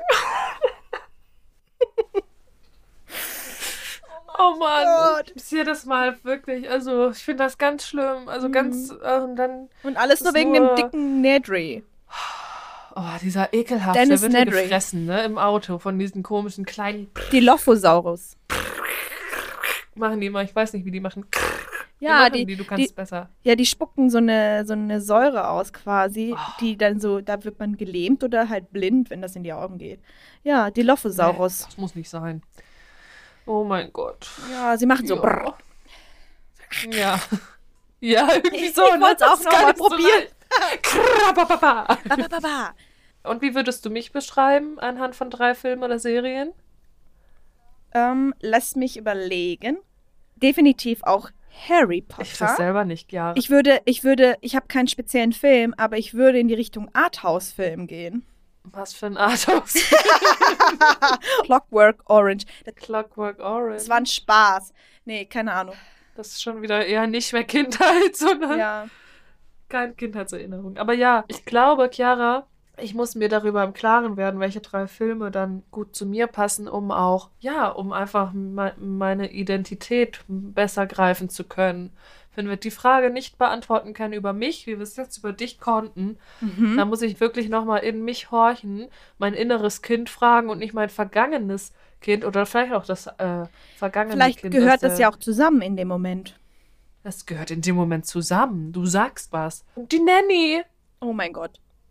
Oh Mann. Gott. Ich sehe das mal wirklich. Also, ich finde das ganz schlimm. Also, ganz. Äh, und dann. Und alles Das nur ist wegen nur- dem dicken Nedry. Oh, dieser ekelhafte. Dennis Der wird ja Nedry. gefressen, ne? Im Auto von diesen komischen kleinen. Dilophosaurus. Machen die immer. Ich weiß nicht, wie die machen. Wie Ja, machen die, die. Du kannst die, besser. ja, die spucken so eine, so eine Säure aus quasi, Oh. die dann so, da wird man gelähmt oder halt blind, wenn das in die Augen geht. Ja, Dilophosaurus. Nee, das muss nicht sein. Oh mein Gott. Ja, sie machen so Ja. brrr. Ja. Ja, irgendwie Ich- so. ich ne? wollt's auch Das ist noch gar mal nicht so probieren. leicht. Krabababa. Ba, ba, ba, ba. Und wie würdest du mich beschreiben anhand von drei Filmen oder Serien? Ähm, lass mich überlegen. Definitiv auch Harry Potter. Ich weiß selber nicht, ja. Ich würde, ich würde, ich habe keinen speziellen Film, aber ich würde in die Richtung Arthouse-Film gehen. Was für ein Arthouse. Clockwork Orange. Das, Clockwork Orange. das war ein Spaß. Nee, keine Ahnung. Das ist schon wieder eher nicht mehr Kindheit, sondern Ja. keine Kindheitserinnerung. Aber ja, ich glaube, Chiara, ich muss mir darüber im Klaren werden, welche drei Filme dann gut zu mir passen, um auch, ja, um einfach me meine Identität besser greifen zu können. Wenn wir die Frage nicht beantworten können über mich, wie wir es jetzt über dich konnten, Mhm. dann muss ich wirklich nochmal in mich horchen, mein inneres Kind fragen und nicht mein vergangenes Kind oder vielleicht auch das äh, vergangene Vielleicht Kind. gehört aus das der- ja auch zusammen in dem Moment. Das gehört in dem Moment zusammen. Du sagst was. Und die Nanny. Oh mein Gott.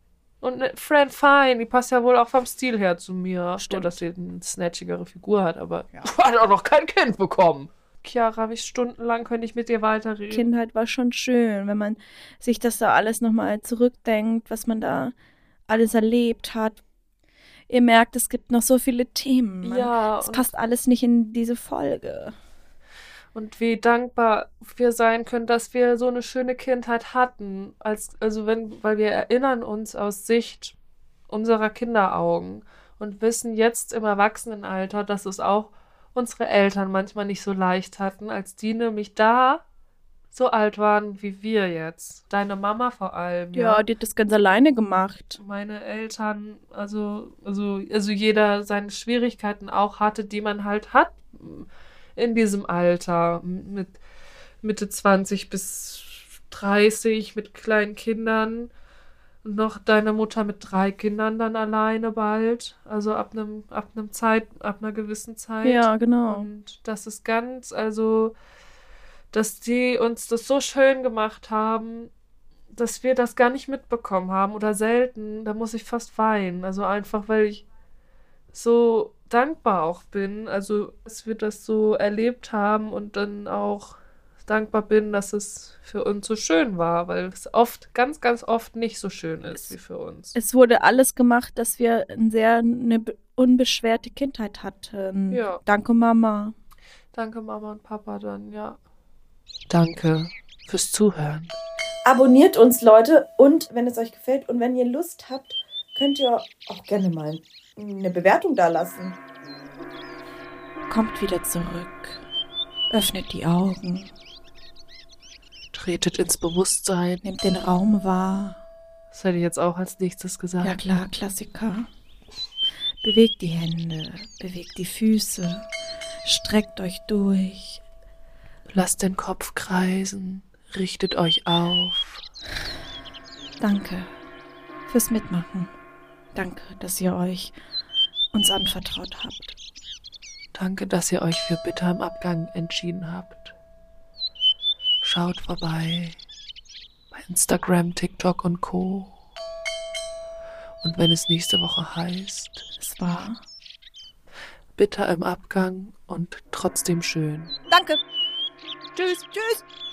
Und eine Fran Fine, die passt ja wohl auch vom Stil her zu mir. Stimmt. Nur, dass sie eine snatchigere Figur hat, aber Ja. hat auch noch kein Kind bekommen. Chiara, wie stundenlang könnte ich mit dir weiterreden? Kindheit war schon schön, wenn man sich das da alles nochmal zurückdenkt, was man da alles erlebt hat. Ihr merkt, es gibt noch so viele Themen. Man, Ja, es und, passt alles nicht in diese Folge. und wie dankbar wir sein können, dass wir so eine schöne Kindheit hatten. Als, also wenn, weil wir erinnern uns aus Sicht unserer Kinderaugen und wissen jetzt im Erwachsenenalter, dass es auch unsere Eltern manchmal nicht so leicht hatten, als die nämlich da so alt waren wie wir jetzt. Deine Mama vor allem, Ja, ja. die hat das ganz alleine gemacht. Meine Eltern, also, also, also jeder seine Schwierigkeiten auch hatte, die man halt hat in diesem Alter, mit Mitte zwanzig bis dreißig, mit kleinen Kindern. Und noch deine Mutter mit drei Kindern dann alleine bald. Also ab einem, ab einem Zeit, ab einer gewissen Zeit. Ja, genau. Und das ist ganz, also, dass die uns das so schön gemacht haben, dass wir das gar nicht mitbekommen haben oder selten. Da muss ich fast weinen. Also einfach, weil ich so dankbar auch bin. Also, dass wir das so erlebt haben und dann auch dankbar bin, dass es für uns so schön war, weil es oft, ganz, ganz oft nicht so schön ist wie für uns. Es wurde alles gemacht, dass wir ein sehr eine be- unbeschwerte Kindheit hatten. Ja. Danke, Mama. Danke, Mama und Papa dann, ja. Danke fürs Zuhören. Abonniert uns, Leute, und wenn es euch gefällt und wenn ihr Lust habt, könnt ihr auch gerne mal eine Bewertung da lassen. Kommt wieder zurück. Öffnet die Augen. Tretet ins Bewusstsein. Nehmt den Raum wahr. Das hätte ich jetzt auch als nächstes gesagt. Ja klar, Klassiker. Bewegt die Hände, bewegt die Füße, streckt euch durch. Lasst den Kopf kreisen, richtet euch auf. Danke fürs Mitmachen. Danke, dass ihr euch uns anvertraut habt. Danke, dass ihr euch für Bitter im Abgang entschieden habt. Schaut vorbei bei Instagram, TikTok und Co. Und wenn es nächste Woche heißt, Es war. Bitter im Abgang und trotzdem schön. Danke. Tschüss, tschüss.